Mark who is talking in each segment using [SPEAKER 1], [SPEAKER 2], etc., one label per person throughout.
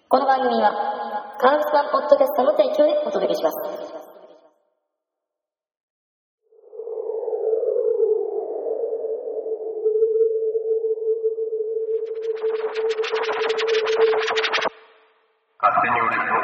[SPEAKER 1] この番組はカウスワンポッドキャストの提供でお届けします。
[SPEAKER 2] 勝手に俺の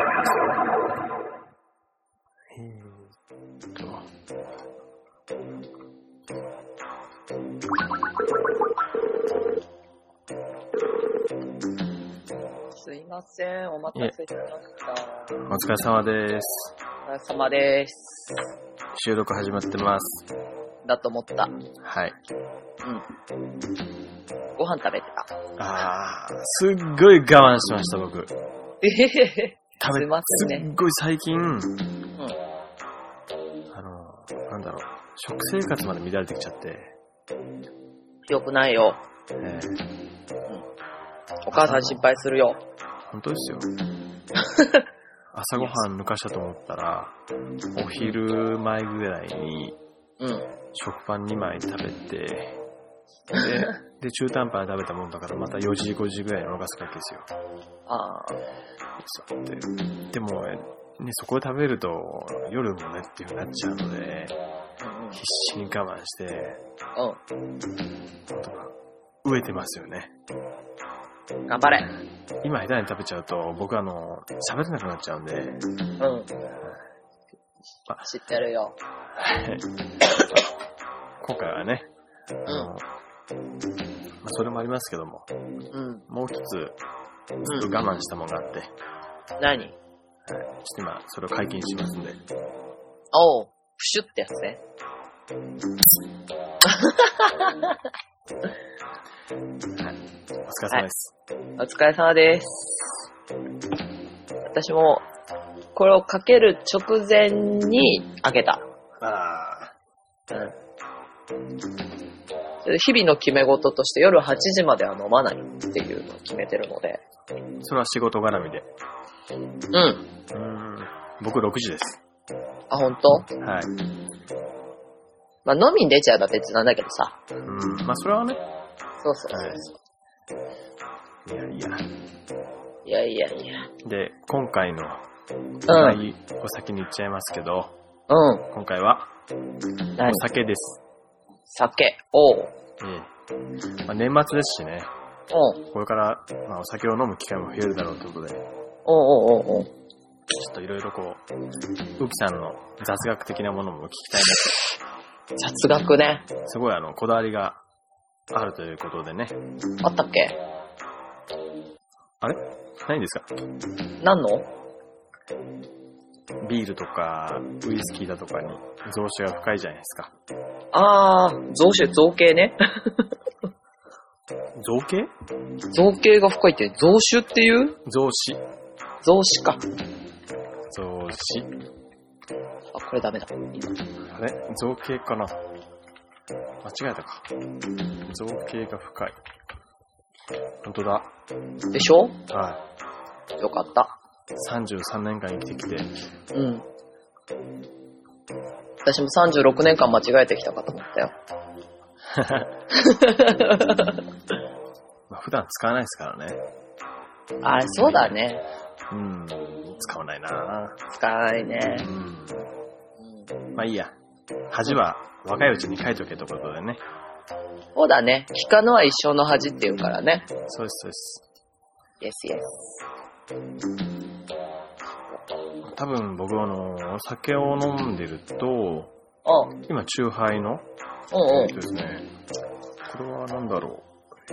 [SPEAKER 3] すいません、お待たせしました。
[SPEAKER 4] お疲れ様です。
[SPEAKER 3] お疲れ様です。
[SPEAKER 4] 収録始まってます。
[SPEAKER 3] だと思った。
[SPEAKER 4] はい。
[SPEAKER 3] ご飯食べてた。
[SPEAKER 4] すっごい我慢しました、僕。
[SPEAKER 3] すいませんね。
[SPEAKER 4] すっごい最近、食生活まで乱れてきちゃって。
[SPEAKER 3] よくないよ。お母さん心配するよ。
[SPEAKER 4] 本当ですよ。朝ごはん抜かしたと思ったら、お昼前ぐらいに、食パン2枚食べて、で中途半端に食べたもんだからまた4時5時ぐらいにお腹すくわけですよ。でもね、そこで食べると夜もねっていう風になっちゃうので、必死に我慢して、飢えてますよね。
[SPEAKER 3] 頑張れ。
[SPEAKER 4] 今下手に食べちゃうと僕喋れなくなっちゃうんで。
[SPEAKER 3] 知ってるよ。
[SPEAKER 4] 今回はね、それもありますけども、もう一つずっと我慢したものがあって。
[SPEAKER 3] 何？
[SPEAKER 4] ちょっと今それを解禁しますんで。
[SPEAKER 3] おう、プシュってやつね。
[SPEAKER 4] お疲れ様です。
[SPEAKER 3] お疲れ様です。私もこれをかける直前に開けた。日々の決め事として夜8時までは飲まないっていうのを決めてるので。
[SPEAKER 4] それは仕事絡みで。僕6時です。
[SPEAKER 3] あ、本当？
[SPEAKER 4] はい。
[SPEAKER 3] 飲みに出ちゃえば別なんだけどさ。
[SPEAKER 4] それはね。
[SPEAKER 3] そう。いや。
[SPEAKER 4] で、今回のお先に言っちゃいますけど、今回はお酒です。
[SPEAKER 3] 酒。おう。
[SPEAKER 4] 年末ですしね。これから、お酒を飲む機会も増えるだろうということで。ちょっといろいろウキさんの雑学的なものも聞きたいなと。
[SPEAKER 3] 雑学ね。
[SPEAKER 4] すごいこだわりがあるということでね。
[SPEAKER 3] あったっけ？
[SPEAKER 4] あれ？ないんですか？
[SPEAKER 3] 何の？
[SPEAKER 4] ビールとかウイスキーだとかに増酒が深いじゃないですか。
[SPEAKER 3] 造形ね。
[SPEAKER 4] 造形？
[SPEAKER 3] 造形が深いって増酒っていう？
[SPEAKER 4] 増子。
[SPEAKER 3] 増子か。
[SPEAKER 4] 増子。
[SPEAKER 3] これダメだ。
[SPEAKER 4] あれ？造形かな？間違えたか。造形が深い。本当だ。
[SPEAKER 3] でしょ？
[SPEAKER 4] はい。
[SPEAKER 3] よかった。
[SPEAKER 4] 33年間生きてきて。
[SPEAKER 3] 私も36年間間違えてきたかと思ったよ。
[SPEAKER 4] 普段使わないですからね。
[SPEAKER 3] そうだね。
[SPEAKER 4] 使わないな。
[SPEAKER 3] 使わないね。
[SPEAKER 4] いいや。恥は若いうちに書いとけということでね。
[SPEAKER 3] そうだね。聞かぬは一生の恥って言うからね。
[SPEAKER 4] そうです。
[SPEAKER 3] Yes.
[SPEAKER 4] 多分僕お酒を飲んでると、今チューハイのですね。これは何だろう。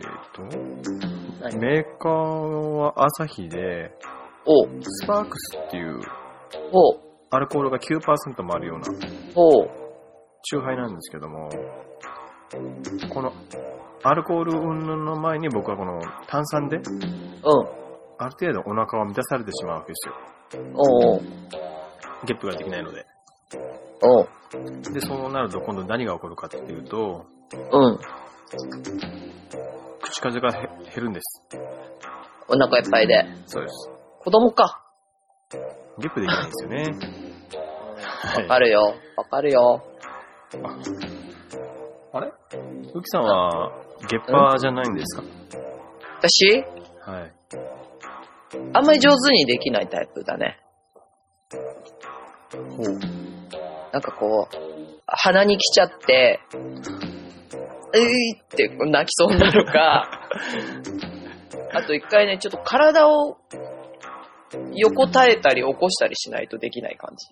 [SPEAKER 4] メーカーはアサヒで、スパークスっていうアルコールが 9% もあるようなチューハイなんですけども、このアルコール云々の前に僕はこの炭酸で、ある程度お腹を満たされてしまうわけですよ。ゲップができないので。で、そうなると今度何が起こるかっていうと、口数が減るんです。
[SPEAKER 3] お腹いっぱいで。
[SPEAKER 4] そうです。
[SPEAKER 3] 子供か。
[SPEAKER 4] ゲップできないんですよね。
[SPEAKER 3] わかるよ。
[SPEAKER 4] あれ？ウキさんはゲッパーじゃないんですか？
[SPEAKER 3] 私？
[SPEAKER 4] はい。
[SPEAKER 3] あんまり上手にできないタイプだね。
[SPEAKER 4] ほう。
[SPEAKER 3] なんかこう、鼻に来ちゃって、って泣きそうになるか、あと一回ね、ちょっと体を横耐えたり起こしたりしないとできない感じ。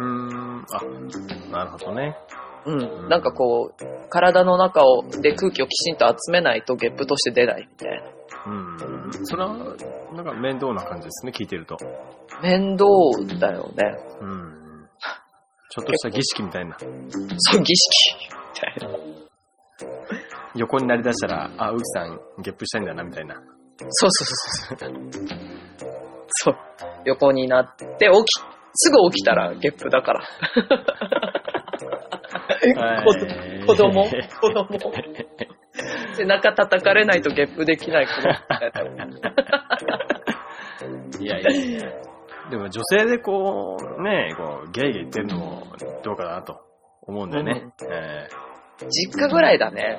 [SPEAKER 4] なるほどね。
[SPEAKER 3] なんかこう、体の中で空気をきちんと集めないとゲップとして出ないみたいな。
[SPEAKER 4] それは、なんか面倒な感じですね、聞いてると。
[SPEAKER 3] 面倒だよね。
[SPEAKER 4] ちょっとした儀式みたいな。
[SPEAKER 3] そう、儀式みたいな。
[SPEAKER 4] 横になりだしたら、ウキさんゲップしたいんだな、みたいな。
[SPEAKER 3] そう。そう。横になって、すぐ起きたらゲップだから。子供背中叩かれないとゲップできない子供
[SPEAKER 4] いや。でも女性でこう、ね、ゲイゲイ言ってるのもどうかなと思うんだよね。
[SPEAKER 3] 実家ぐらいだね。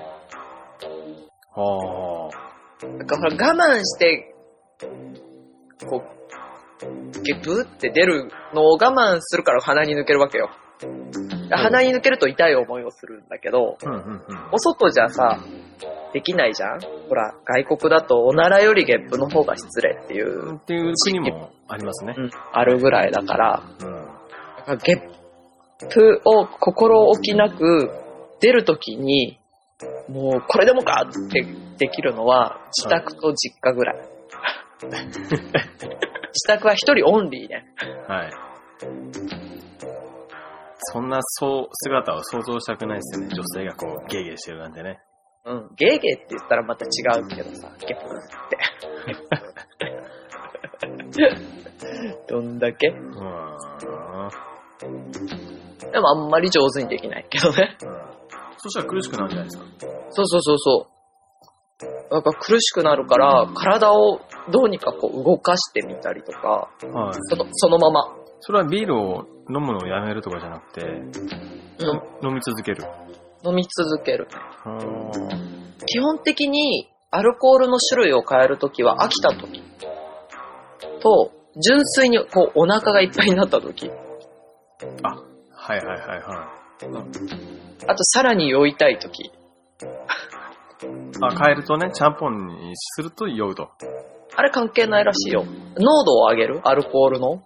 [SPEAKER 3] なんかほら我慢して、こう、ゲップって出るのを我慢するから鼻に抜けるわけよ。鼻に抜けると痛い思いをするんだけど、お外じゃさ、できないじゃん。ほら、外国だとおならよりゲップの方が失礼っていう
[SPEAKER 4] 国もありますね。
[SPEAKER 3] あるぐらいだから、ゲップを心置きなく出るときに、もうこれでもかってできるのは自宅と実家ぐらい。自宅は一人オンリーね。
[SPEAKER 4] はい。そんな姿を想像したくないですよね。女性がこうゲーゲーしてるなんてね。
[SPEAKER 3] ゲーゲーって言ったらまた違うけどさ、ゲップって。どんだけ？でもあんまり上手にできないけどね。
[SPEAKER 4] そしたら苦しくなるんじゃないですか。
[SPEAKER 3] そう。なんか苦しくなるから、体をどうにかこう動かしてみたりとか、そのまま。
[SPEAKER 4] それはビールを飲むのをやめるとかじゃなくて、飲み続ける。
[SPEAKER 3] 飲み続けるね。基本的にアルコールの種類を変えるときは飽きたときと、純粋にこうお腹がいっぱいになったとき。
[SPEAKER 4] はい。
[SPEAKER 3] あとさらに酔いたいとき。
[SPEAKER 4] 変えるとね、ちゃんぽんにすると酔うと。
[SPEAKER 3] あれ関係ないらしいよ。濃度を上げるアルコールの。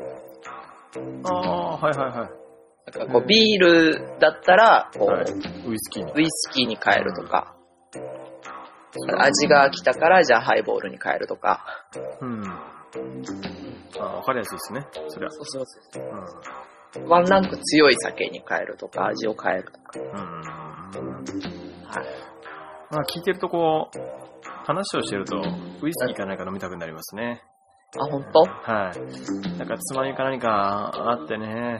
[SPEAKER 4] はい。
[SPEAKER 3] なんかこうビールだったらこう、
[SPEAKER 4] ウイスキ
[SPEAKER 3] ーに変えるとか、味が来たからじゃあハイボールに変えるとか。
[SPEAKER 4] わかりやすいですね。それは。
[SPEAKER 3] そう。ワンランク強い酒に変えるとか、味を変えるとか。
[SPEAKER 4] 聞いてるとこう、話をしてると、ウイスキーか何か飲みたくなりますね。
[SPEAKER 3] ほんと？
[SPEAKER 4] はい。なんかつまみか何かあってね。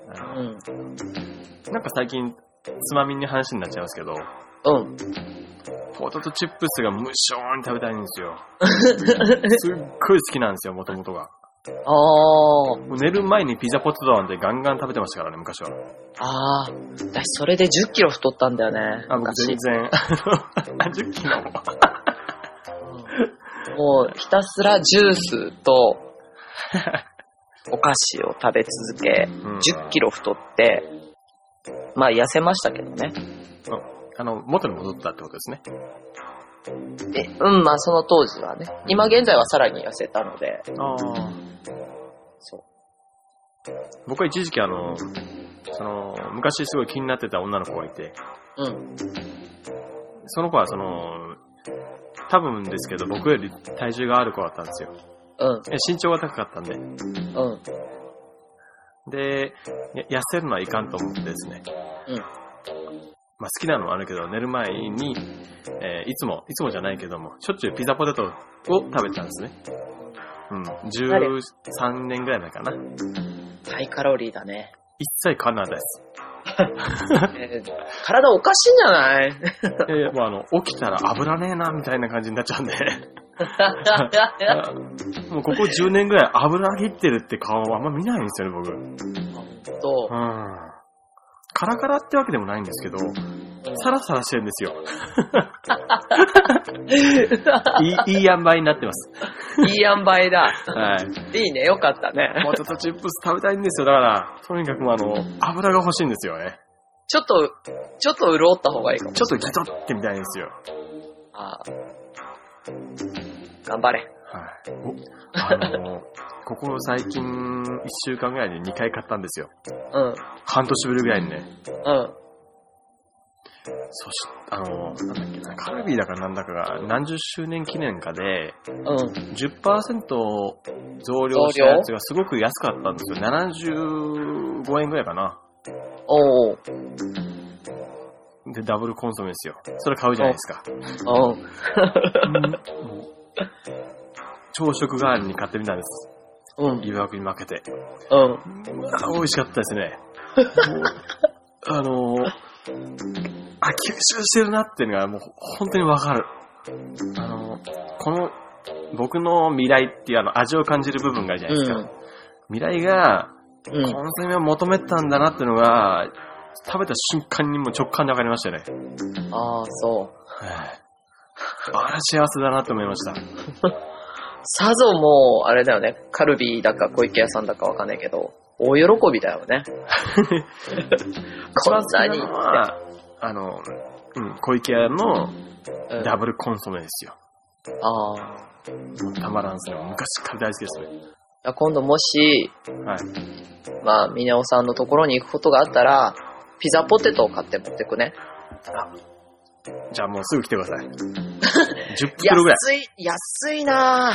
[SPEAKER 4] なんか最近、つまみに話になっちゃいますけど。ポテトチップスが無性に食べたいんですよ。すっごい好きなんですよ、もともとが。寝る前にピザポテトなんてガンガン食べてましたからね、昔は。
[SPEAKER 3] 私それで10キロ太ったんだよね。
[SPEAKER 4] 僕全然。10キロ
[SPEAKER 3] もうひたすらジュースとお菓子を食べ続け、10キロ太って、まあ痩せましたけどね。
[SPEAKER 4] 元に戻ったってことですね。
[SPEAKER 3] まあその当時はね。今現在はさらに痩せたので。そう。
[SPEAKER 4] 僕は一時期昔すごい気になってた女の子がいて、その子は多分ですけど僕より体重がある子だったんですよ。身長が高かったんで。で、痩せるのはいかんと思ってですね。好きなのはあるけど、寝る前に、いつもじゃないけども、しょっちゅうピザポテトを食べてたんですね。13年ぐらい前かな。
[SPEAKER 3] ハイカロリーだね。
[SPEAKER 4] 一切変わらないです。
[SPEAKER 3] 体おかしいんじゃない？
[SPEAKER 4] 起きたら油ねえな、みたいな感じになっちゃうんで。もうここ10年ぐらい油切ってるって顔あんま見ないんですよね、僕。 カラカラってわけでもないんですけど、サラサラしてるんですよ。いい塩梅になってます。
[SPEAKER 3] いい塩梅だ。
[SPEAKER 4] はい。
[SPEAKER 3] いいね、よかったね。
[SPEAKER 4] ポテトチップス食べたいんですよ。だから、とにかく油が欲しいんですよね。
[SPEAKER 3] ちょっと潤った方がいいかも。
[SPEAKER 4] ちょっとギトってみたいんですよ。
[SPEAKER 3] 頑張れ。
[SPEAKER 4] はい。ここ最近1週間ぐらいで2回買ったんですよ。
[SPEAKER 3] うん。
[SPEAKER 4] 半年ぶりぐらいにね。
[SPEAKER 3] うん。
[SPEAKER 4] そして、なんだっけな、カルビーだかなんだかが何十周年記念かで、10% 増量したやつがすごく安かったんですよ。75円ぐらいかな。
[SPEAKER 3] おー。
[SPEAKER 4] で、ダブルコンソメですよ。それ買うじゃないですか。朝食代わりに買ってみたんです。誘惑に負けて。美味しかったですね。吸収してるなっていうのがもう本当にわかる。この僕の未来っていう味を感じる部分があるじゃないですか。未来がコンソメを求めてたんだなっていうのが、食べた瞬間にもう直感でわかりましたね。
[SPEAKER 3] そう。
[SPEAKER 4] 幸せだなって思いました。
[SPEAKER 3] さぞもう、あれだよね。カルビーだか小池屋さんだかわかんないけど、大喜びだよね。こんなに。
[SPEAKER 4] 小池屋のダブルコンソメですよ。たまらんですね。昔から大好きですね。
[SPEAKER 3] 今度もし、峰尾さんのところに行くことがあったら、ピザポテトを買って持ってくね。
[SPEAKER 4] じゃあもうすぐ来てください。10袋ぐらい。
[SPEAKER 3] 安いな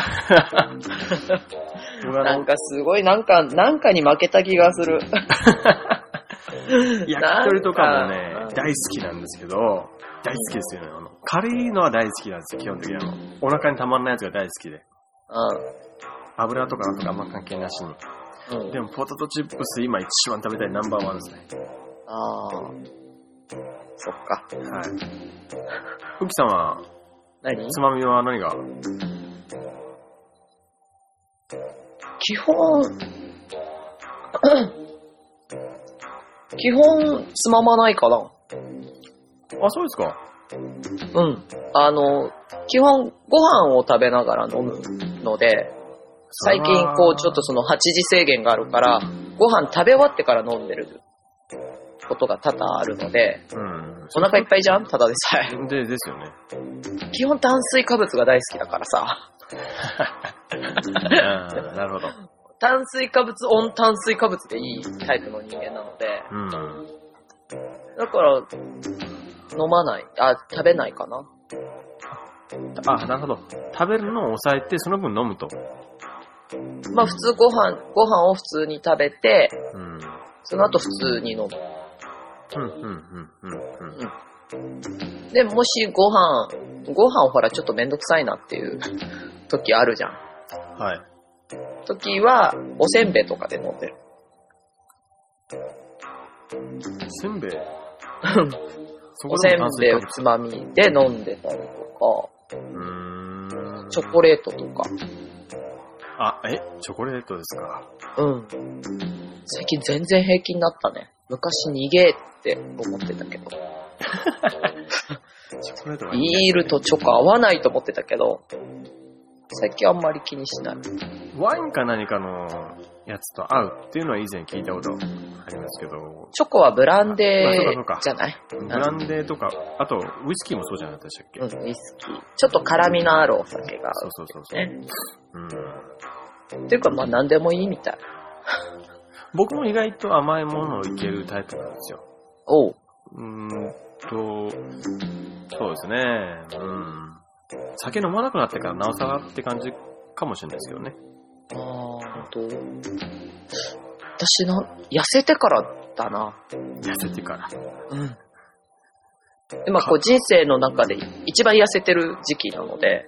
[SPEAKER 3] ぁ。なんかすごい、なんかに負けた気がする。
[SPEAKER 4] 焼き鳥とかもね、大好きなんですけど、大好きですよね。軽いのは大好きなんですよ、基本的にお腹にたまんないやつが大好きで。油とかなんとかあんま関係なしに。でもポテトチップス今一番食べたいナンバーワンですね。
[SPEAKER 3] そっか。
[SPEAKER 4] はい。ふきさんは、つまみは何が？
[SPEAKER 3] 基本つままないかな。
[SPEAKER 4] そうですか。
[SPEAKER 3] 基本ご飯を食べながら飲むので、最近ちょっとその8時制限があるから、ご飯食べ終わってから飲んでることが多々あるので、お腹いっぱいじゃん、ただでさえ。
[SPEAKER 4] ですよね。
[SPEAKER 3] 基本炭水化物が大好きだからさ。
[SPEAKER 4] なるほど。
[SPEAKER 3] 炭水化物オン炭水化物でいいタイプの人間なので、だから飲まない、食べないかな。
[SPEAKER 4] なるほど。食べるのを抑えてその分飲むと。
[SPEAKER 3] 普通ご飯を普通に食べて、その後普通に飲む。で、もしご飯をほらちょっとめんどくさいなっていう時あるじゃん。
[SPEAKER 4] はい。
[SPEAKER 3] 時はおせんべいとかで飲んでる。
[SPEAKER 4] せんべい
[SPEAKER 3] おせんべいをつまみで飲んでたりとか、チョコレートとか。
[SPEAKER 4] チョコレートですか。
[SPEAKER 3] 最近全然平気になったね。昔逃げって思ってたけど。ビールとチョコ合わないと思ってたけど、最近あんまり気にしない。
[SPEAKER 4] ワインか何かのやつと合うっていうのは以前聞いたことありますけど。
[SPEAKER 3] チョコはブランデーじゃない？
[SPEAKER 4] ブランデーとか、あとウイスキーもそうじゃなかったでしたっけ？
[SPEAKER 3] ウイスキー。ちょっと辛みのあるお酒が。
[SPEAKER 4] そう。
[SPEAKER 3] っていうか何でもいいみたい。
[SPEAKER 4] 僕も意外と甘いものをいけるタイプなんですよ。そうですね。酒飲まなくなってからなおさらって感じかもしれないですけどね。
[SPEAKER 3] 私痩せてからだな。
[SPEAKER 4] 痩せてから。
[SPEAKER 3] 今人生の中で一番痩せてる時期なので。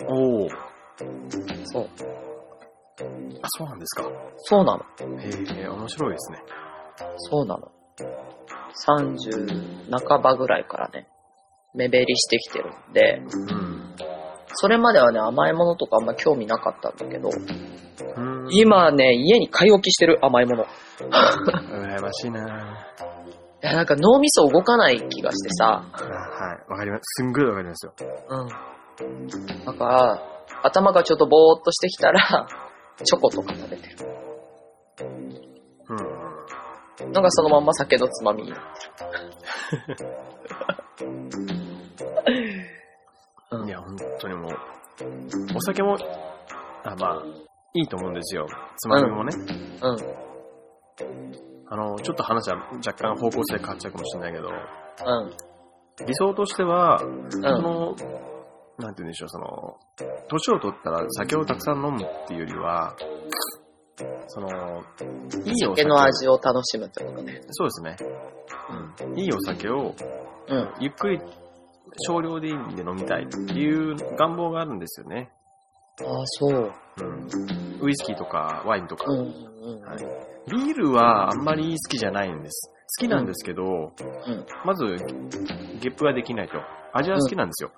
[SPEAKER 3] そう。
[SPEAKER 4] そうなんですか。
[SPEAKER 3] そうなの。
[SPEAKER 4] 面白いですね。
[SPEAKER 3] そうなの。30半ばぐらいからね、目減りしてきてるんで、それまではね、甘いものとかあんま興味なかったんだけど、今ね、家に買い置きしてる甘いもの。
[SPEAKER 4] 羨ましいな。
[SPEAKER 3] いや、なんか脳みそ動かない気がしてさ。
[SPEAKER 4] はい。わかります。すんごいわかりますよ。
[SPEAKER 3] うん。だから、頭がちょっとぼーっとしてきたら、チョコとか食べてる。
[SPEAKER 4] うん。
[SPEAKER 3] なんかそのまんま酒のつまみになってる。
[SPEAKER 4] いや、本当にもう、お酒も、まあ、いいと思うんですよ。つまみもね。
[SPEAKER 3] うん。
[SPEAKER 4] ちょっと話は若干方向性変わっちゃうかもしれないけど、
[SPEAKER 3] うん。
[SPEAKER 4] 理想としては、
[SPEAKER 3] うん。
[SPEAKER 4] なんて言うんでしょう、年を取ったら酒をたくさん飲むっていうよりは、いいお酒
[SPEAKER 3] 酒の味を楽しむってことね。
[SPEAKER 4] そうですね。うん。いいお酒を、ゆっくり少量でいいんで飲みたいっていう願望があるんですよね。
[SPEAKER 3] ああ、そう。
[SPEAKER 4] うん。ウイスキーとかワインとか。
[SPEAKER 3] はい、
[SPEAKER 4] ビールはあんまり好きじゃないんです。好きなんですけど、まず、ゲップができないと。味は好きなんですよ。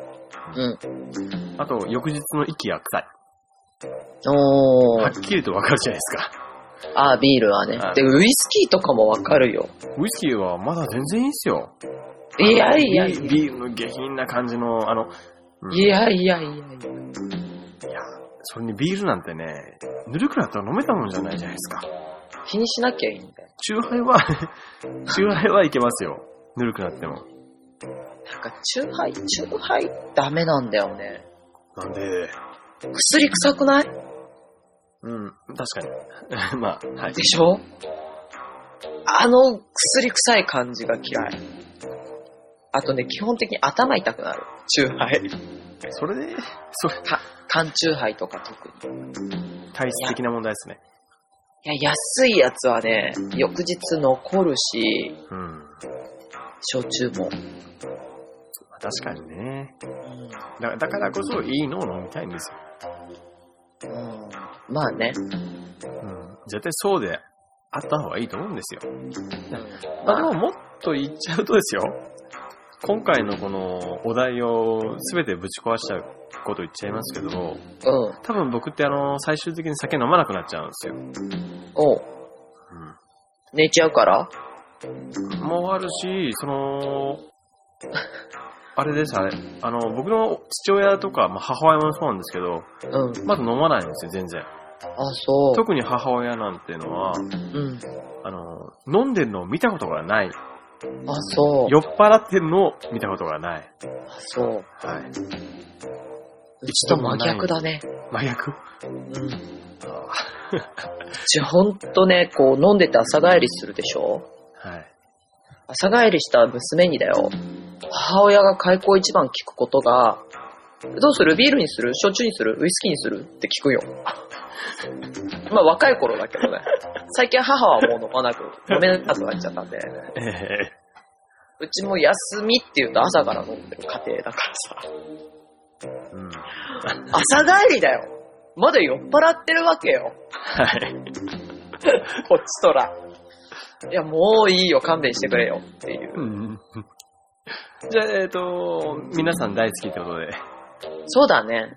[SPEAKER 4] あと、翌日の息が臭い。はっきりとわかるじゃないですか。
[SPEAKER 3] ああ、ビールはね。で、ウイスキーとかもわかるよ。
[SPEAKER 4] ウイスキーはまだ全然いいっすよ。
[SPEAKER 3] いやいやいや。
[SPEAKER 4] ビールの下品な感じの、
[SPEAKER 3] いやいやいやいや。
[SPEAKER 4] いや、それにビールなんてね、ぬるくなったら飲めたもんじゃないじゃないですか。
[SPEAKER 3] 気にしなきゃいいんだよ。
[SPEAKER 4] チューハイはいけますよ。ぬるくなっても。
[SPEAKER 3] なんか、チューハイダメなんだよね。
[SPEAKER 4] なんで？
[SPEAKER 3] 薬臭くない？
[SPEAKER 4] うん、確かに。まあ、はい。
[SPEAKER 3] でしょ？薬臭い感じが嫌い。あとね、基本的に頭痛くなる。チューハイ。缶チューハイとか特に。
[SPEAKER 4] 体質的な問題ですね。
[SPEAKER 3] いや、安いやつはね、翌日残るし、焼酎も。
[SPEAKER 4] 確かにね。だからこそいいのを飲みたいんですよ。
[SPEAKER 3] まあね。
[SPEAKER 4] 絶対そうであった方がいいと思うんですよ。まあでももっと言っちゃうとですよ。今回のこのお題を全てぶち壊しちゃうこと言っちゃいますけど、多分僕って最終的に酒飲まなくなっちゃうんですよ。
[SPEAKER 3] 寝ちゃうから
[SPEAKER 4] もあるし、あれです、僕の父親とか、母親もそうなんですけど、まず飲まないんですよ、全然。
[SPEAKER 3] あ、そう。
[SPEAKER 4] 特に母親なんていうのは、飲んでるのを見たことがない。
[SPEAKER 3] あ、そう。
[SPEAKER 4] 酔っ払ってるのを見たことがない。
[SPEAKER 3] あ、そう。
[SPEAKER 4] はい。
[SPEAKER 3] うちと真逆だね。
[SPEAKER 4] 真逆？
[SPEAKER 3] うちほんとね、こう飲んでて朝帰りするでしょ？
[SPEAKER 4] はい。
[SPEAKER 3] 朝帰りした娘にだよ。母親が開口一番聞くことが、どうする？ビールにする？焼酎にする？ウイスキーにする？って聞くよ。まあ若い頃だけどね。最近母はもう飲めなくなっちゃったんで。うちも休みって言うと朝から飲んでる家庭だからさ。朝帰りだよ。まだ酔っ払ってるわけよ。
[SPEAKER 4] はい。
[SPEAKER 3] こっちとら。いや、もういいよ、勘弁してくれよっていう。
[SPEAKER 4] じゃあ、皆さん大好きってことで。
[SPEAKER 3] そうだね。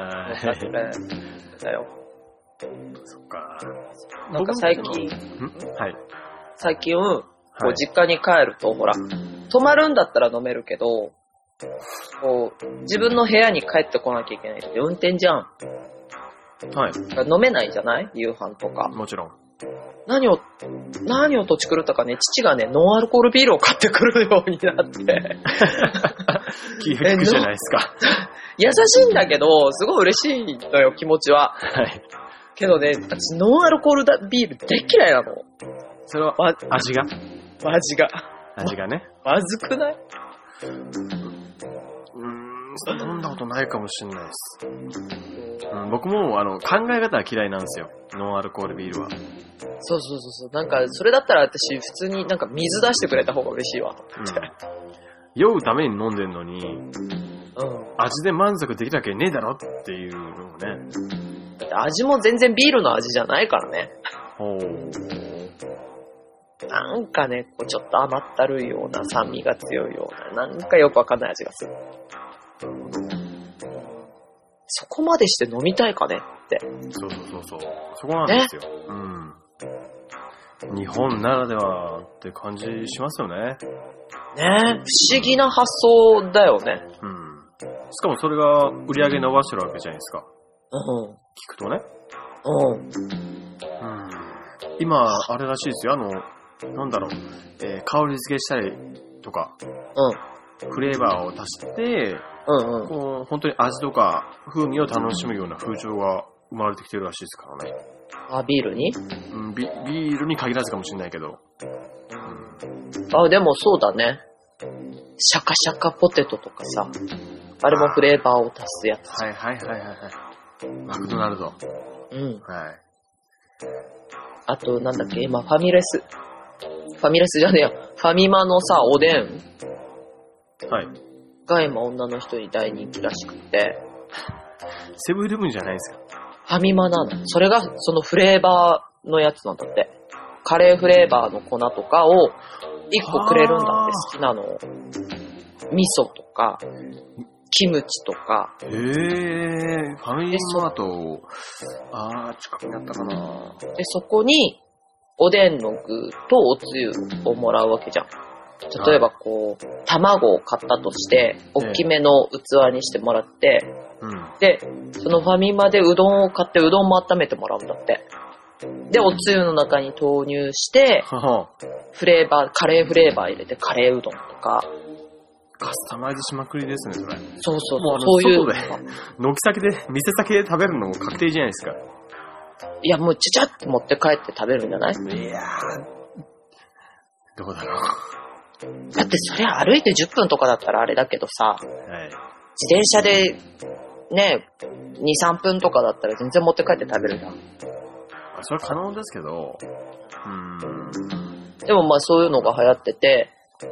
[SPEAKER 3] だよ。
[SPEAKER 4] そっか。
[SPEAKER 3] なんか最近、
[SPEAKER 4] はい。
[SPEAKER 3] 最近、こう実家に帰ると、ほら、泊まるんだったら飲めるけど、こう、自分の部屋に帰ってこなきゃいけないって運転じゃん。
[SPEAKER 4] はい。
[SPEAKER 3] 飲めないじゃない？夕飯とか。
[SPEAKER 4] もちろん。
[SPEAKER 3] 何を土地狂ったかね、父がね、ノンアルコールビールを買ってくるようになって。
[SPEAKER 4] 気が利くじゃないですか。
[SPEAKER 3] 優しいんだけど、すごい嬉しいのよ、気持ちは。
[SPEAKER 4] はい。
[SPEAKER 3] けどね、私ノンアルコールビール大嫌いなの。
[SPEAKER 4] それは、味がね。
[SPEAKER 3] まずくない？
[SPEAKER 4] 飲んだことないかもしれないです。僕も考え方は嫌いなんですよ。ノンアルコールビールは。
[SPEAKER 3] そう。なんか、それだったら私、普通になんか水出してくれた方が嬉しいわ。
[SPEAKER 4] 酔うために飲んでんのに、味で満足できたわけねえだろっていうのをね。
[SPEAKER 3] だって味も全然ビールの味じゃないからね。なんかね、こうちょっと甘ったるいような酸味が強いような、なんかよくわかんない味がする。そこまでして飲みたいかねって。
[SPEAKER 4] そう。そこなんですよ。 日本ならではって感じしますよね。
[SPEAKER 3] ねえ、不思議な発想だよね。
[SPEAKER 4] うん。しかもそれが売り上げ伸ばしてるわけじゃないですか。
[SPEAKER 3] うん。
[SPEAKER 4] 聞くとね。
[SPEAKER 3] うん。
[SPEAKER 4] 今、あれらしいですよ。なんだろう。香り付けしたりとか。
[SPEAKER 3] うん。
[SPEAKER 4] フレーバーを足して、
[SPEAKER 3] うんうん。
[SPEAKER 4] こう、本当に味とか風味を楽しむような風潮が生まれてきてるらしいですからね。
[SPEAKER 3] あ、ビールに？
[SPEAKER 4] うん、ビールに限らずかもしれないけど。
[SPEAKER 3] あ、でもそうだね。シャカシャカポテトとかさ。あれもフレーバーを足すやつ。
[SPEAKER 4] はいはいはいはいはい。マクドナルド。
[SPEAKER 3] うん。
[SPEAKER 4] はい。
[SPEAKER 3] あと、なんだっけ、今、ファミレスじゃねえや。ファミマのさ、おでん。
[SPEAKER 4] はい。
[SPEAKER 3] が今、女の人に大人気らしくて。
[SPEAKER 4] セブンイレブンじゃないですか。
[SPEAKER 3] ファミマなの。それが、そのフレーバーのやつなんだって。カレーフレーバーの粉とかを1個くれるんだって、好きなのを。味噌とか、キムチとか。
[SPEAKER 4] ファミマだと、近くにあったかな。
[SPEAKER 3] で、そこに、おでんの具とおつゆをもらうわけじゃん。例えばこう、卵を買ったとして、大きめの器にしてもらって、で、そのファミマでうどんを買ってうどんも温めてもらうんだって。で、おつゆの中に投入して、フレーバー、カレーフレーバー入れてカレーうどんとか。
[SPEAKER 4] カスタマイズしまくりですね、それ。
[SPEAKER 3] そうそう、
[SPEAKER 4] もう
[SPEAKER 3] そういう。
[SPEAKER 4] 外で、軒先で、店先で食べるのも確定じゃないですか。
[SPEAKER 3] いや、もうちゃちゃって持って帰って食べるんじゃない？
[SPEAKER 4] いやー、どうだろう。
[SPEAKER 3] だってそれ歩いて10分とかだったらあれだけどさ、
[SPEAKER 4] はい、
[SPEAKER 3] 自転車でね、2、3分とかだったら全然持って帰って食べるじゃん。
[SPEAKER 4] それは可能ですけど、
[SPEAKER 3] でもまあそういうのが流行ってて、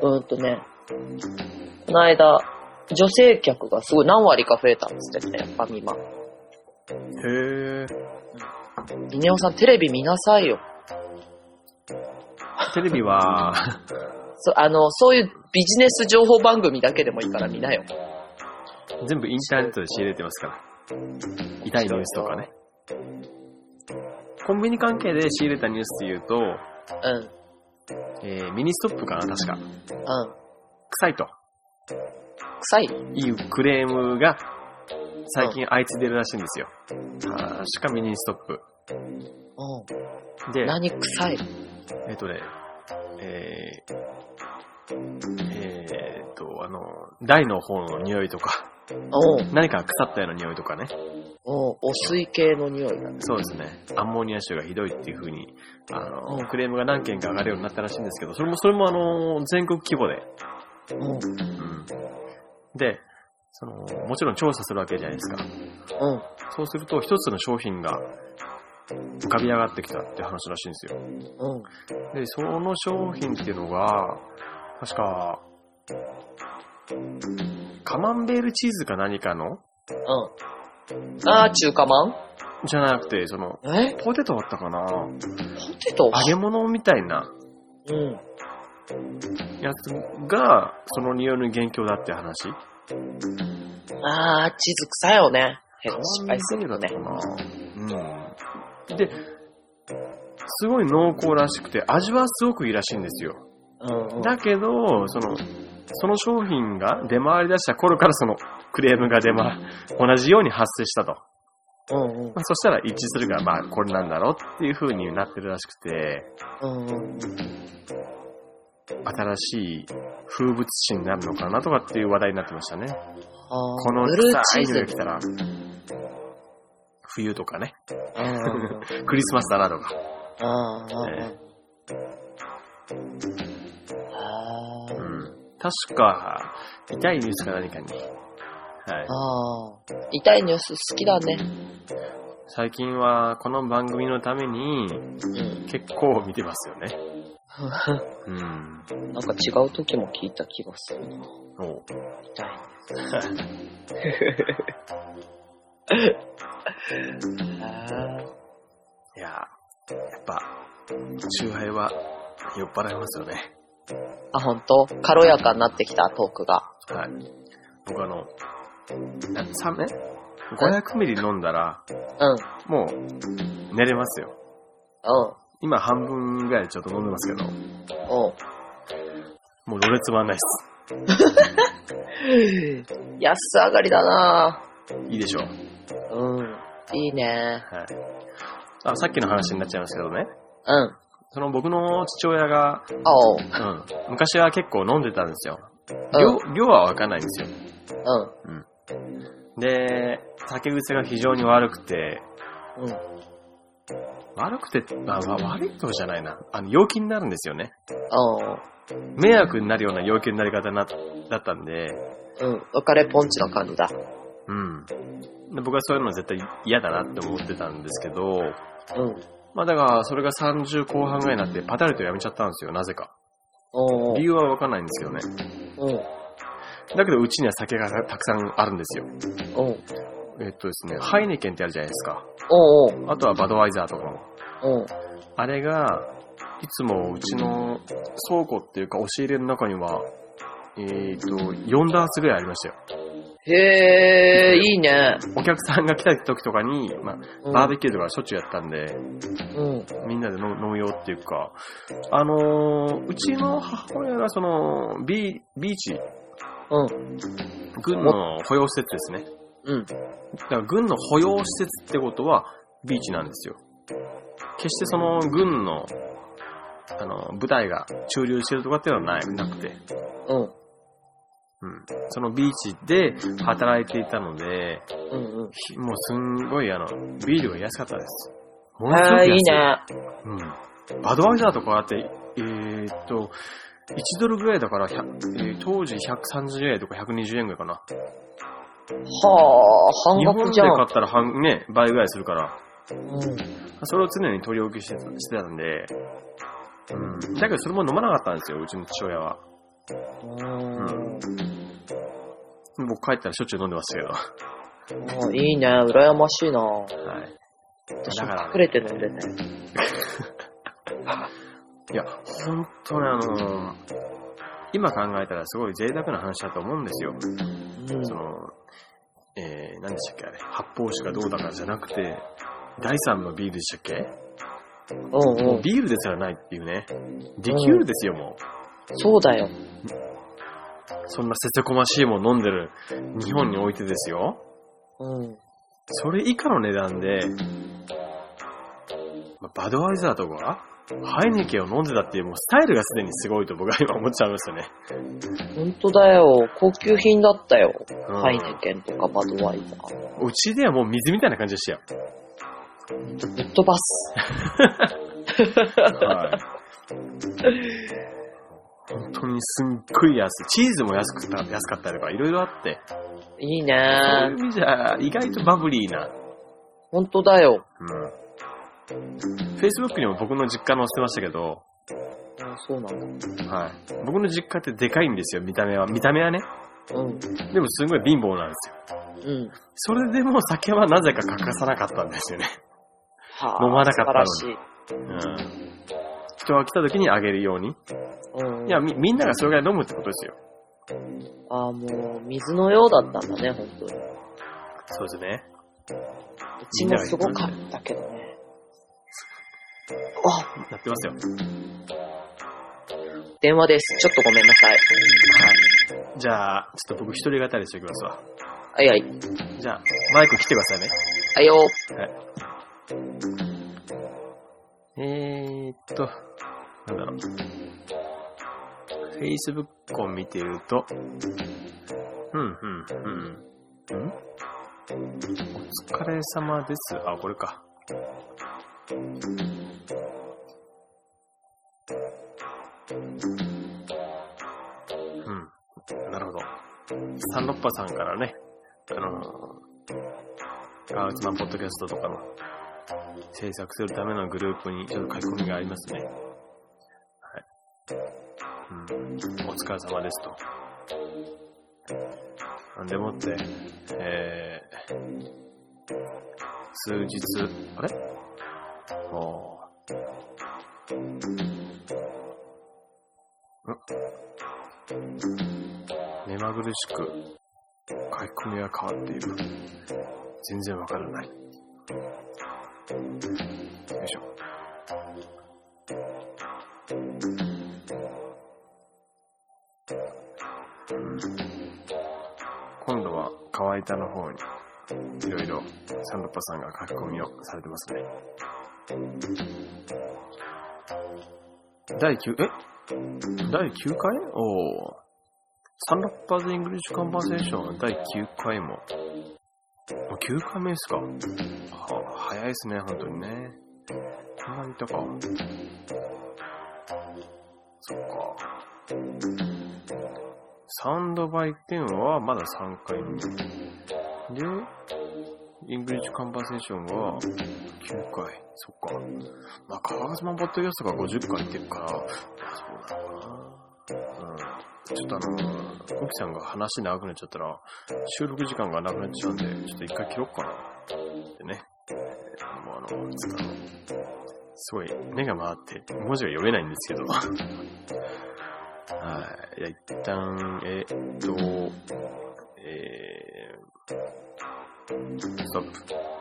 [SPEAKER 3] この間、女性客がすごい何割か増えたんですってね、ファミマ。
[SPEAKER 4] へー。
[SPEAKER 3] ミネオさんテレビ見なさいよ。
[SPEAKER 4] テレビは
[SPEAKER 3] そういうビジネス情報番組だけでもいいから見なよ。
[SPEAKER 4] 全部インターネットで仕入れてますから。痛いニュースとかね。コンビニ関係で仕入れたニュースで言うと、ミニストップかな、確か。臭いと。
[SPEAKER 3] 臭い？
[SPEAKER 4] いうクレームが最近相次いでるらしいんですよ。確かミニストップ。で、
[SPEAKER 3] 何臭い？
[SPEAKER 4] 台の方の匂いとか、何か腐ったような匂いとかね。
[SPEAKER 3] 汚水系の匂いだね。
[SPEAKER 4] そうですね。アンモニア臭がひどいっていう風に、クレームが何件か上がるようになったらしいんですけど、それも全国規模で。で、もちろん調査するわけじゃないですか。そうすると、一つの商品が浮かび上がってきたって話らしいんですよ。で、その商品っていうのが、確か、カマンベールチーズか何かの？
[SPEAKER 3] 中華まん？
[SPEAKER 4] じゃなくて、ポテトだったかな？
[SPEAKER 3] ポテト？
[SPEAKER 4] 揚げ物みたいな。やつが、その匂いの元凶だって話？
[SPEAKER 3] チーズ臭いよね。失敗するよね。
[SPEAKER 4] で、すごい濃厚らしくて、味はすごくいいらしいんですよ。だけど、その商品が出回り出した頃からそのクレームが同じように発生したと。そしたら一致するが、これなんだろうっていう風になってるらしくて、新しい風物詩になるのかなとかっていう話題になってましたね。この臭いのが来たら、冬とかね。クリスマスだなとか。確か、痛いニュースか何かに。
[SPEAKER 3] 痛いニュース好きだね。
[SPEAKER 4] 最近はこの番組のために結構見てますよね。
[SPEAKER 3] なんか違う時も聞いた気がするな。痛いね。
[SPEAKER 4] いや、やっぱ、チューハイは酔っ払いますよね。
[SPEAKER 3] ほんと？軽やかになってきた、トークが。
[SPEAKER 4] はい。僕500ミリ飲んだら、もう寝れますよ。 今半分ぐらいちょっと飲んでますけど。もうろれつ回んないっす。
[SPEAKER 3] 安上がりだない
[SPEAKER 4] いでしょう。
[SPEAKER 3] いいね。
[SPEAKER 4] はい。さっきの話になっちゃいますけどね。その僕の父親が、昔は結構飲んでたんですよ。量はわかんないんですよ。で、酒癖が非常に悪くて、悪いことじゃないな。陽気になるんですよね。迷惑になるような陽気になり方だったんで。
[SPEAKER 3] 別れポンチの感じだ。
[SPEAKER 4] で僕はそういうの絶対嫌だなって思ってたんですけど、だからそれが30後半ぐらいになってパタリとやめちゃったんですよ、なぜか。理由はわかんないんですけどね。だけどうちには酒がたくさんあるんですよ。ですね、ハイネケンってあるじゃないですか。あとはバドワイザーとかも。あれが、いつもうちの倉庫っていうか押し入れの中には、4ダースぐらいありましたよ。
[SPEAKER 3] へー、いいね。
[SPEAKER 4] お客さんが来た時とかに、バーベキューとかしょっちゅうやったんで、みんなで飲むよっていうか、うちの母親がその、ビーチ、軍の保養施設ですね。だから軍の保養施設ってことはビーチなんですよ。決してその軍の部隊が駐留してるとかっていうのはなくて、そのビーチで働いていたので、もうすんごいビールが安かったです。ものすごく安い。いいね。バドワイザーとかあって、1ドルぐらいだから、当時130円とか120円ぐらいかな。半額じゃん。日本で買ったら倍ぐらいするから。それを常に取り置きしてたんで、だけどそれも飲まなかったんですよ、うちの父親は。僕帰ったらしょっちゅう飲んでましたけど。いいね、羨ましいな。私も隠れて飲んでね。いや、本当に今考えたらすごい贅沢な話だと思うんですよ。何でしたっけあれ、発泡酒がどうだからじゃなくて、第3のビールでしたっけ？もうビールですらないっていうね。リキュールですよ、もう。
[SPEAKER 3] そうだよ。
[SPEAKER 4] そんなせせこましいもの飲んでる日本においてですよ。それ以下の値段で、バドワイザーとかハイネケンを飲んでたっていうもうスタイルがすでにすごいと僕は今思っちゃいますよね。
[SPEAKER 3] 本当だよ。高級品だったよ。ハイネケンとかバドワイザー。
[SPEAKER 4] うちではもう水みたいな感じでしたよ。
[SPEAKER 3] ぶっ飛ばす。
[SPEAKER 4] 本当にすっごい安い。チーズも安かったりとかいろいろあって。
[SPEAKER 3] いいね。
[SPEAKER 4] そういう意味じゃ意外とバブリーな。
[SPEAKER 3] 本当だよ。
[SPEAKER 4] Facebook にも僕の実家載せてましたけど。
[SPEAKER 3] そうなんだ。
[SPEAKER 4] 僕の実家ってでかいんですよ、見た目はね。でもすごい貧乏なんですよ。それでも酒はなぜか欠かさなかったんですよね。飲まなかったのに。人が来た時にあげるように。いや、みんながそれぐらい飲むってことですよ。
[SPEAKER 3] もう水のようだったんだね、本当に。
[SPEAKER 4] そうですね。
[SPEAKER 3] うちもすごかったけどね。
[SPEAKER 4] なってますよ。
[SPEAKER 3] 電話です。ちょっとごめんなさい。
[SPEAKER 4] じゃあ、ちょっと僕一人語りしておきますわ。
[SPEAKER 3] はい。
[SPEAKER 4] じゃあ、マイク来てくださいね。
[SPEAKER 3] はいよ。
[SPEAKER 4] なんだろう。Facebook を見てると、お疲れ様です。これか。なるほど。サンロッパさんからね、ガールズマンポッドキャストとかの制作するためのグループにちょっと書き込みがありますね。お疲れ様ですと。なんでもって、数日、あれ？目まぐるしく書き込みが変わっている。全然わからない。よいしょ。 イターの方に、いろいろサンドパさんが書き込みをされてますね。第9回サンラッパーズイングリッシュカンバーセーション第9回も。もう9回目ですか。早いですね、本当にね。こんなにいたか。そっか。サウンドバイ10はまだ3回目。で、イングリッシュカンバーセーションは9回。そっか。まあ、川島ポッドキャストが50回ってるから、そうなのかな。ちょっと奥さんが話長くなっちゃったら、収録時間がなくなっちゃうんで、ちょっと一回切ろうかな。ってね。もうすごい目が回って文字が読めないんですけど。はい。一旦、ストップ。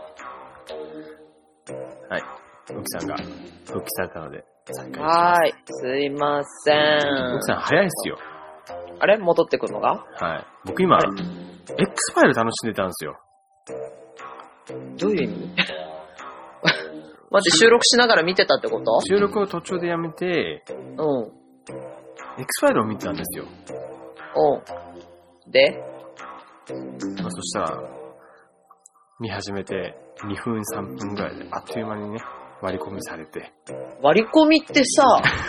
[SPEAKER 4] はい。奥さんが復帰されたので、再開します。
[SPEAKER 3] はーい。すいません。
[SPEAKER 4] 奥さん早いっすよ。
[SPEAKER 3] あれ戻ってくるのが？
[SPEAKER 4] はい。僕今、X ファイル楽しんでたんですよ。
[SPEAKER 3] どういう意味？待って、収録しながら見てたってこと？
[SPEAKER 4] 収録を途中でやめて、
[SPEAKER 3] うん。
[SPEAKER 4] X ファイルを見てたんですよ。
[SPEAKER 3] で？
[SPEAKER 4] そしたら、見始めて2分3分ぐらいであっという間にね、割り込みされて。
[SPEAKER 3] 割り込みってさ、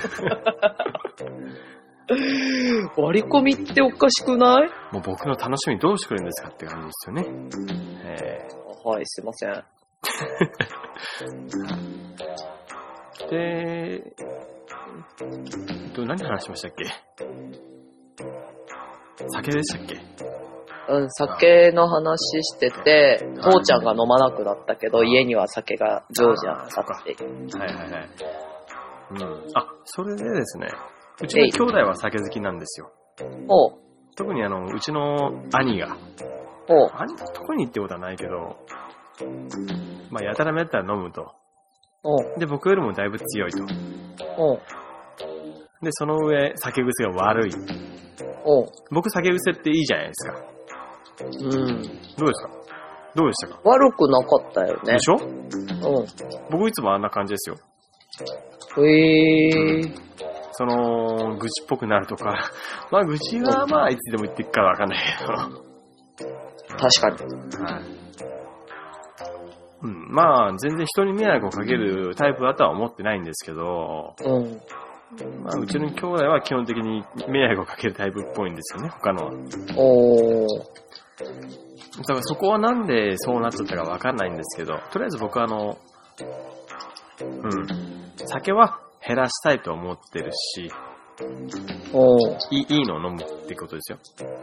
[SPEAKER 3] 割り込みっておかしくない？
[SPEAKER 4] もう僕の楽しみどうしてくれるんですかって感じですよね。
[SPEAKER 3] はい、すいません。
[SPEAKER 4] で、何話しましたっけ？酒でしたっけ？
[SPEAKER 3] うん、酒の話してて、父ちゃんが飲まなくなったけど、家には酒が常時あったって。
[SPEAKER 4] はいはいはい。それでですね、うちの兄弟は酒好きなんですよ。特にうちの兄が。特にってことはないけど、まあ、やたらめったら飲むと。で、僕よりもだいぶ強いと。で、その上、酒癖が悪い。僕、酒癖っていいじゃないですか。どうですか？どうでしたか？
[SPEAKER 3] 悪くなかったよね。
[SPEAKER 4] でしょ？僕いつもあんな感じですよ。愚痴っぽくなるとか。まあ、愚痴はまあ、いつでも言っていくからわかんないけど。
[SPEAKER 3] 確かに。
[SPEAKER 4] はい。まあ、全然人に迷惑をかけるタイプだとは思ってないんですけど、まあ、うちの兄弟は基本的に迷惑をかけるタイプっぽいんですよね、他のは。だからそこはなんでそうなっちゃったかわかんないんですけど、とりあえず僕は酒は減らしたいと思ってるし、いいのを飲むってことですよ。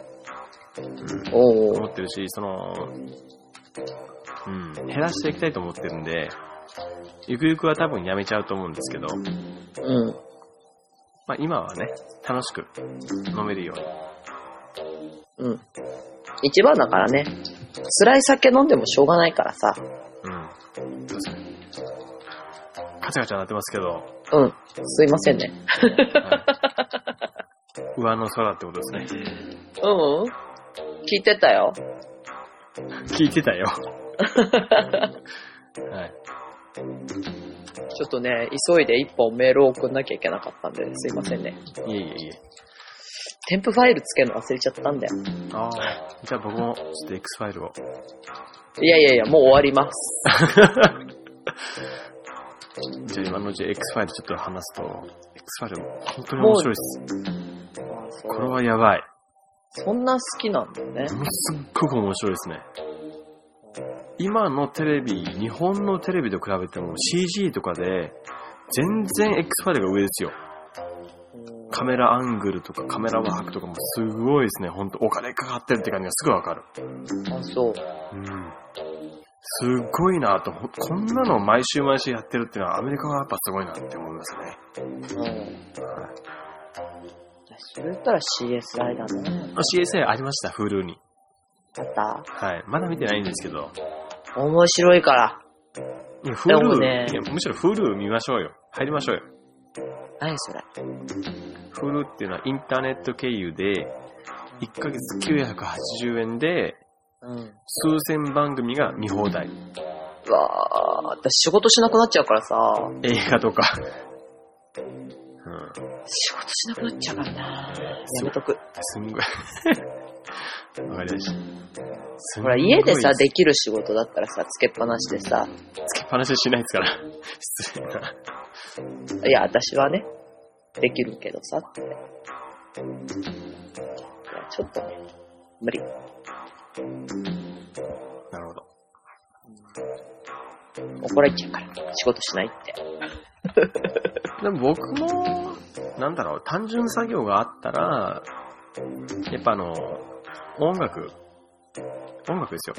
[SPEAKER 4] 思ってるし、減らしていきたいと思ってるんで、ゆくゆくは多分やめちゃうと思うんですけど、まあ今はね、楽しく飲めるように。
[SPEAKER 3] 一番だからね。辛い酒飲んでもしょうがないからさ。
[SPEAKER 4] 確かに。カチャカチャなってますけど。
[SPEAKER 3] すいませんね。
[SPEAKER 4] 上の空ってことですね。
[SPEAKER 3] 聞いてたよ。
[SPEAKER 4] 聞いてたよ。はい。
[SPEAKER 3] ちょっとね、急いで一本メールを送んなきゃいけなかったんで、すいませんね。
[SPEAKER 4] いえ。
[SPEAKER 3] 添付ファイルつけるの忘れちゃったんだよ。
[SPEAKER 4] じゃあ僕もちょっと X ファイルを。
[SPEAKER 3] いや、もう終わります。
[SPEAKER 4] じゃあ今のうち X ファイルちょっと話すと、X ファイル本当に面白いです。これはやばい。
[SPEAKER 3] そんな好きなんだね。
[SPEAKER 4] すっごく面白いですね。今のテレビ、日本のテレビと比べても CG とかで全然 X ファイルが上ですよ。カメラアングルとかカメラワークとかもすごいですね。ほんとお金かかってるって感じがすぐわかる。
[SPEAKER 3] そう。
[SPEAKER 4] すごいなと。こんなの毎週毎週やってるっていうのはアメリカはやっぱすごいなって思いますね。
[SPEAKER 3] それ言ったら CSI だね。
[SPEAKER 4] CSI ありました、Hulu に。
[SPEAKER 3] あった？
[SPEAKER 4] はい。まだ見てないんですけど。
[SPEAKER 3] 面白いから。
[SPEAKER 4] いや、Hulu ね。むしろ Hulu 見ましょうよ。入りましょうよ。
[SPEAKER 3] 何それ？
[SPEAKER 4] Hulu っていうのはインターネット経由で、1ヶ月980円で、 数千番組が見放題。
[SPEAKER 3] うわぁ、私仕事しなくなっちゃうからさ。
[SPEAKER 4] 映画とか。
[SPEAKER 3] 仕事しなくなっちゃうからな。やめとく。
[SPEAKER 4] すんごい。わかりました。
[SPEAKER 3] ほら、家でさ、できる仕事だったらさ、つけっぱなしでさ。
[SPEAKER 4] つけっぱなししないですから。失礼な。
[SPEAKER 3] いや、私はね、できるけどさって。いや、ちょっとね、無理。
[SPEAKER 4] なるほど。
[SPEAKER 3] 怒られちゃうから、仕事しないって。
[SPEAKER 4] でも僕も、なんだろう、単純作業があったら、やっぱ音楽ですよ。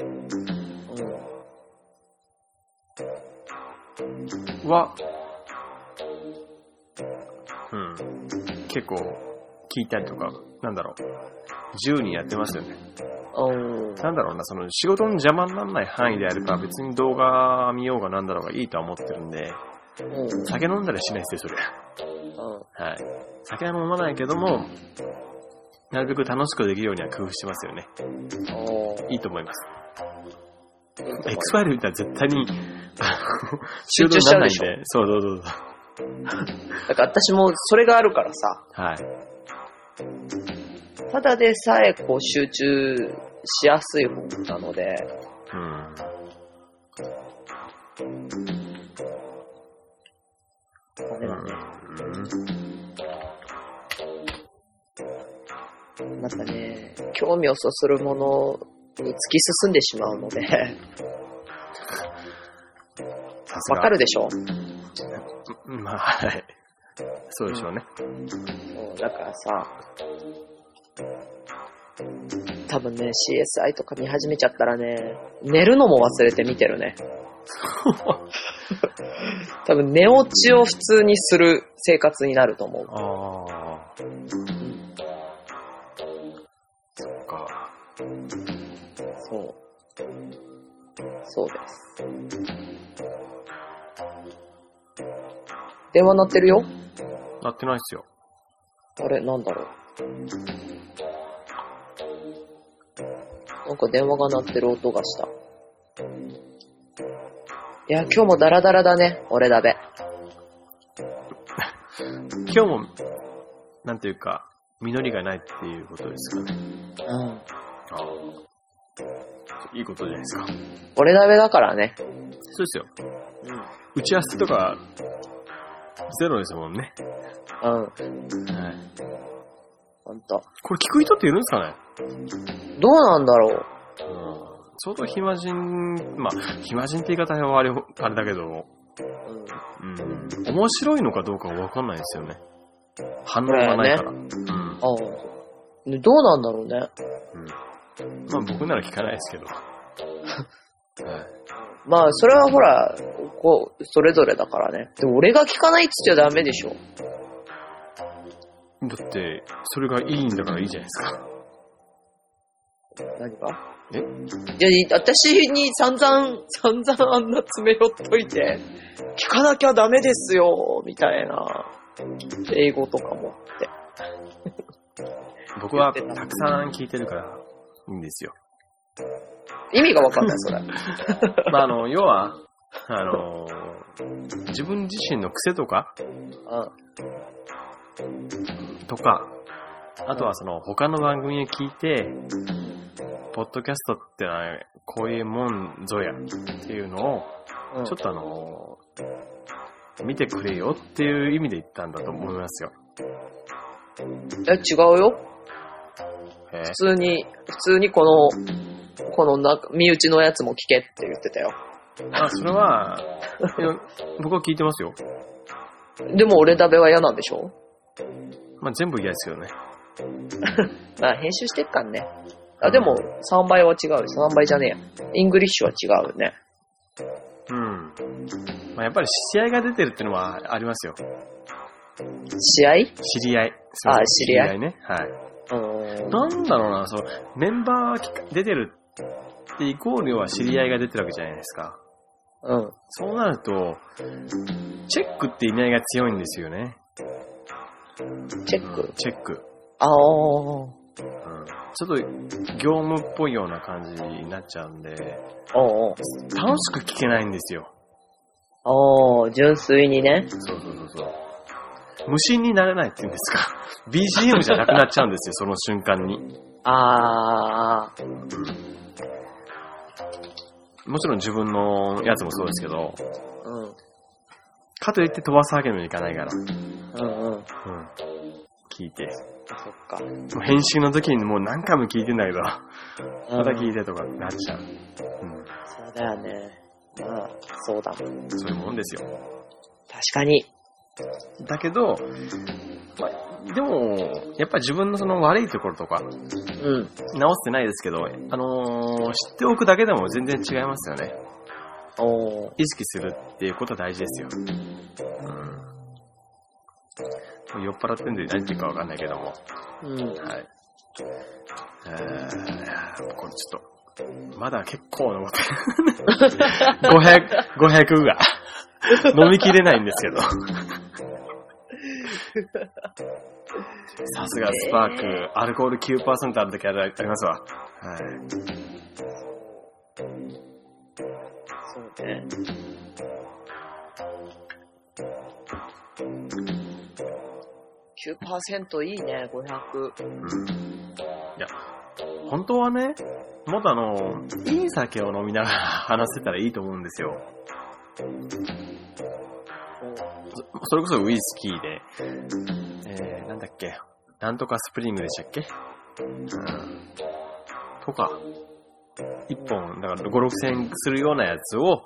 [SPEAKER 4] は、結構聞いたりとか、なんだろう、自由にやってますよね。なんだろうな、その仕事の邪魔にならない範囲であれば別に動画見ようがなんだろうがいいとは思ってるんで、酒飲んだりしないですよ、それ。はい。酒は飲まないけども、なるべく楽しくできるようには工夫してますよね。いいと思います。X ファイル見たら絶対に
[SPEAKER 3] 集中しちゃうでしょ。
[SPEAKER 4] そう。
[SPEAKER 3] だから私もそれがあるからさ。
[SPEAKER 4] はい。
[SPEAKER 3] ただでさえこう集中しやすい本なので。ダメだね。またね、興味をそそるものに突き進んでしまうので。わかるでしょ？
[SPEAKER 4] まあ、はい。そうでしょうね。
[SPEAKER 3] だからさ、多分ね、CSI とか見始めちゃったらね、寝るのも忘れて見てるね。多分寝落ちを普通にする生活になると思う。
[SPEAKER 4] そっか。
[SPEAKER 3] そうです。電話鳴ってるよ？
[SPEAKER 4] 鳴ってないっすよ。
[SPEAKER 3] あれ、なんだろう。なんか電話が鳴ってる音がした。いや、今日もダラダラだね、俺だべ。
[SPEAKER 4] 今日も、なんていうか、実りがないっていうことですかね。いいことじゃないですか。
[SPEAKER 3] 俺だべだからね。
[SPEAKER 4] そうですよ。打ち合わせとか、ゼロですもんね。
[SPEAKER 3] はい。ほんと。
[SPEAKER 4] これ聞く人っているんですかね？
[SPEAKER 3] どうなんだろう。
[SPEAKER 4] 相当暇人、まあ、暇人って言い方はあれだけど、面白いのかどうかは分かんないですよね。反応がないから。どう
[SPEAKER 3] なんだろうね。
[SPEAKER 4] まあ僕なら聞かないですけど。
[SPEAKER 3] まあそれはほら、こうそれぞれだからね。でも俺が聞かないっつっちゃダメでしょ。
[SPEAKER 4] だってそれがいいんだからいいじゃないですか。
[SPEAKER 3] 何が？いや、私に散々あんな詰め寄っといて、聞かなきゃダメですよみたいな英語とかもって。
[SPEAKER 4] 僕はたくさん聞いてるからいいんですよ。
[SPEAKER 3] 意味がわかんないそれ。
[SPEAKER 4] まあ要は自分自身の癖とか、あとはその他の番組を聞いて。ポッドキャストってのはこういうもんぞやっていうのをちょっと見てくれよっていう意味で言ったんだと思いますよ。
[SPEAKER 3] 違うよ。普通にこの身内のやつも聞けって言ってたよ。
[SPEAKER 4] それは僕は聞いてますよ。
[SPEAKER 3] でも俺だべは嫌なんでしょ？
[SPEAKER 4] まあ全部嫌ですよね。
[SPEAKER 3] まあ編集してっかんね。でも3倍は違うよ。3倍じゃねえや。イングリッシュは違うよね。
[SPEAKER 4] まあ、やっぱり試合が出てるっていうのはありますよ。
[SPEAKER 3] 試合？
[SPEAKER 4] 知り合い。
[SPEAKER 3] 知り合い
[SPEAKER 4] ね。はい。なんだろうな、メンバー出てるってイコール要は知り合いが出てるわけじゃないですか。そうなると、チェックって意味合いが強いんですよね。
[SPEAKER 3] チェック？
[SPEAKER 4] チェック。 ちょっと業務っぽいような感じになっちゃうんで、
[SPEAKER 3] おうおう
[SPEAKER 4] 楽しく聞けないんですよ。
[SPEAKER 3] おー、純粋にね。
[SPEAKER 4] そう。無心になれないっていうんですか。BGM じゃなくなっちゃうんですよ、その瞬間に。もちろん自分のやつもそうですけど、かといって飛ばすわけにもいかないから。聞いて。
[SPEAKER 3] そっか。
[SPEAKER 4] もう編集の時にもう何回も聞いてんだけど、また聞いてとかなっちゃう。
[SPEAKER 3] そうだよね。まあ、そうだもん。
[SPEAKER 4] そういうもんですよ。
[SPEAKER 3] 確かに。
[SPEAKER 4] だけど、でも、やっぱり自分のその悪いところとか、直してないですけど、知っておくだけでも全然違いますよね。意識するっていうことは大事ですよ。酔っ払ってんで何言ってるかわかんないけども。はい。これちょっと、まだ結構残ってる。500が。飲みきれないんですけど。さすがスパーク、アルコール 9% あるときありますわ。はい。
[SPEAKER 3] そうね。9% いいね、500。
[SPEAKER 4] いや、本当はね、もっといい酒を飲みながら話せたらいいと思うんですよ。それこそウイスキーで、なんだっけ、なんとかスプリングでしたっけ、とか、1本、だから5、6千円するようなやつを、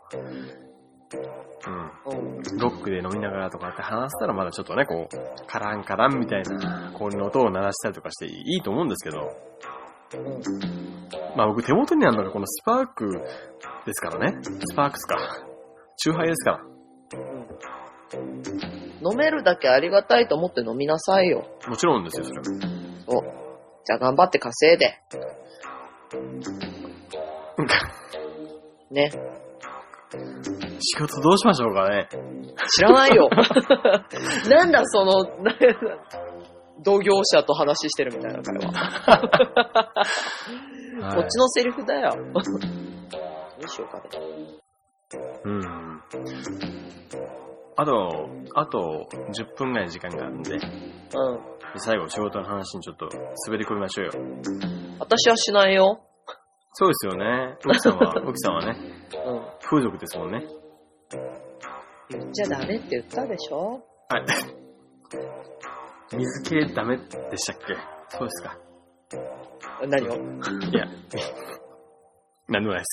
[SPEAKER 4] ロックで飲みながらとかって話したらまだちょっとね、こう、カランカランみたいな氷の音を鳴らしたりとかしていいと思うんですけど、まあ僕手元にあるのがこのスパークですからね。スパークスか。チューハイですから。
[SPEAKER 3] 飲めるだけありがたいと思って飲みなさいよ。
[SPEAKER 4] もちろんですよ、それ。
[SPEAKER 3] じゃあ頑張って稼いで。ね。
[SPEAKER 4] 仕事どうしましょうかね。
[SPEAKER 3] 知らないよ。なんだその、同業者と話してるみたいな会話。こっちのセリフだよ。どうしようかね。
[SPEAKER 4] あと10分ぐらい時間があるんで、最後仕事の話にちょっと滑り込みましょうよ。
[SPEAKER 3] 私はしないよ。
[SPEAKER 4] そうですよね。奥さんはね、風俗ですもんね。
[SPEAKER 3] 言っちゃダメって言ったでしょ。
[SPEAKER 4] はい。水系ダメでしたっけ？そうですか。
[SPEAKER 3] 何を？
[SPEAKER 4] いや、なんでもないです。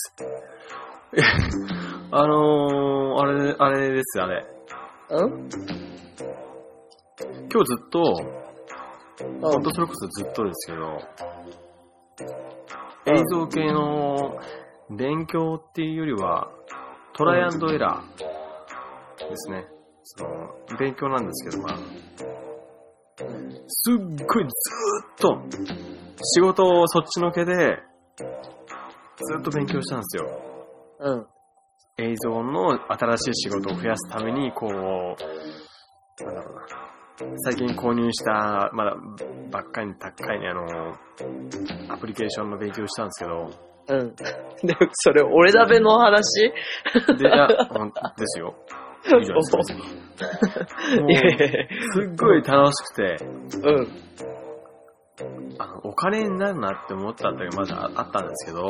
[SPEAKER 4] あれです、あれ。今日ずっと、ほんとそれこそずっとですけど、映像系の勉強っていうよりは、トライアンドエラーですね。勉強なんですけど、すっごいずーっと仕事をそっちのけでずっと勉強したんですよ。映像の新しい仕事を増やすために、こう、なんだろうな。最近購入した、まだばっかり高いね、アプリケーションの勉強したんですけど。
[SPEAKER 3] で、それ、俺だべの話？
[SPEAKER 4] ですよ。いいじゃないですか。もうすっごい楽しくて、お金になるなって思ったんだけど、まずあったんですけど、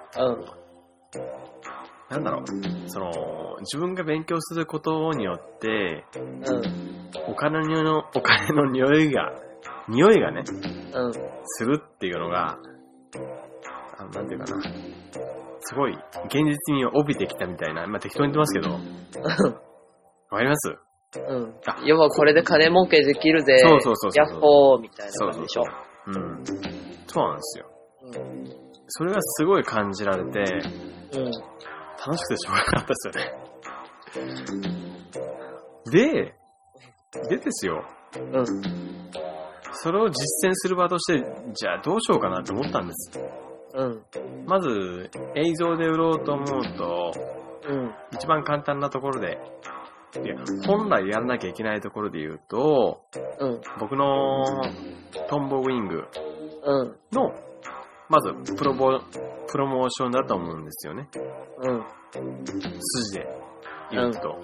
[SPEAKER 4] なんだろう、自分が勉強することによって、お金の匂いがね、するっていうのが、なんていうかな、すごい現実味を帯びてきたみたいな、適当に言ってますけど、わかります？
[SPEAKER 3] 要はこれで金儲けできるぜ、ヤッホーみたいな感じでしょ。
[SPEAKER 4] そうなんですよ。それがすごい感じられて、楽しくてしょうがなかったですよね。でですよ。それを実践する場として、じゃあどうしようかなと思ったんです。まず、映像で売ろうと思うと、一番簡単なところで、本来やらなきゃいけないところで言うと、僕のトンボウィングのまずプロモーションだと思うんですよね。
[SPEAKER 3] うん。
[SPEAKER 4] 筋で言うと。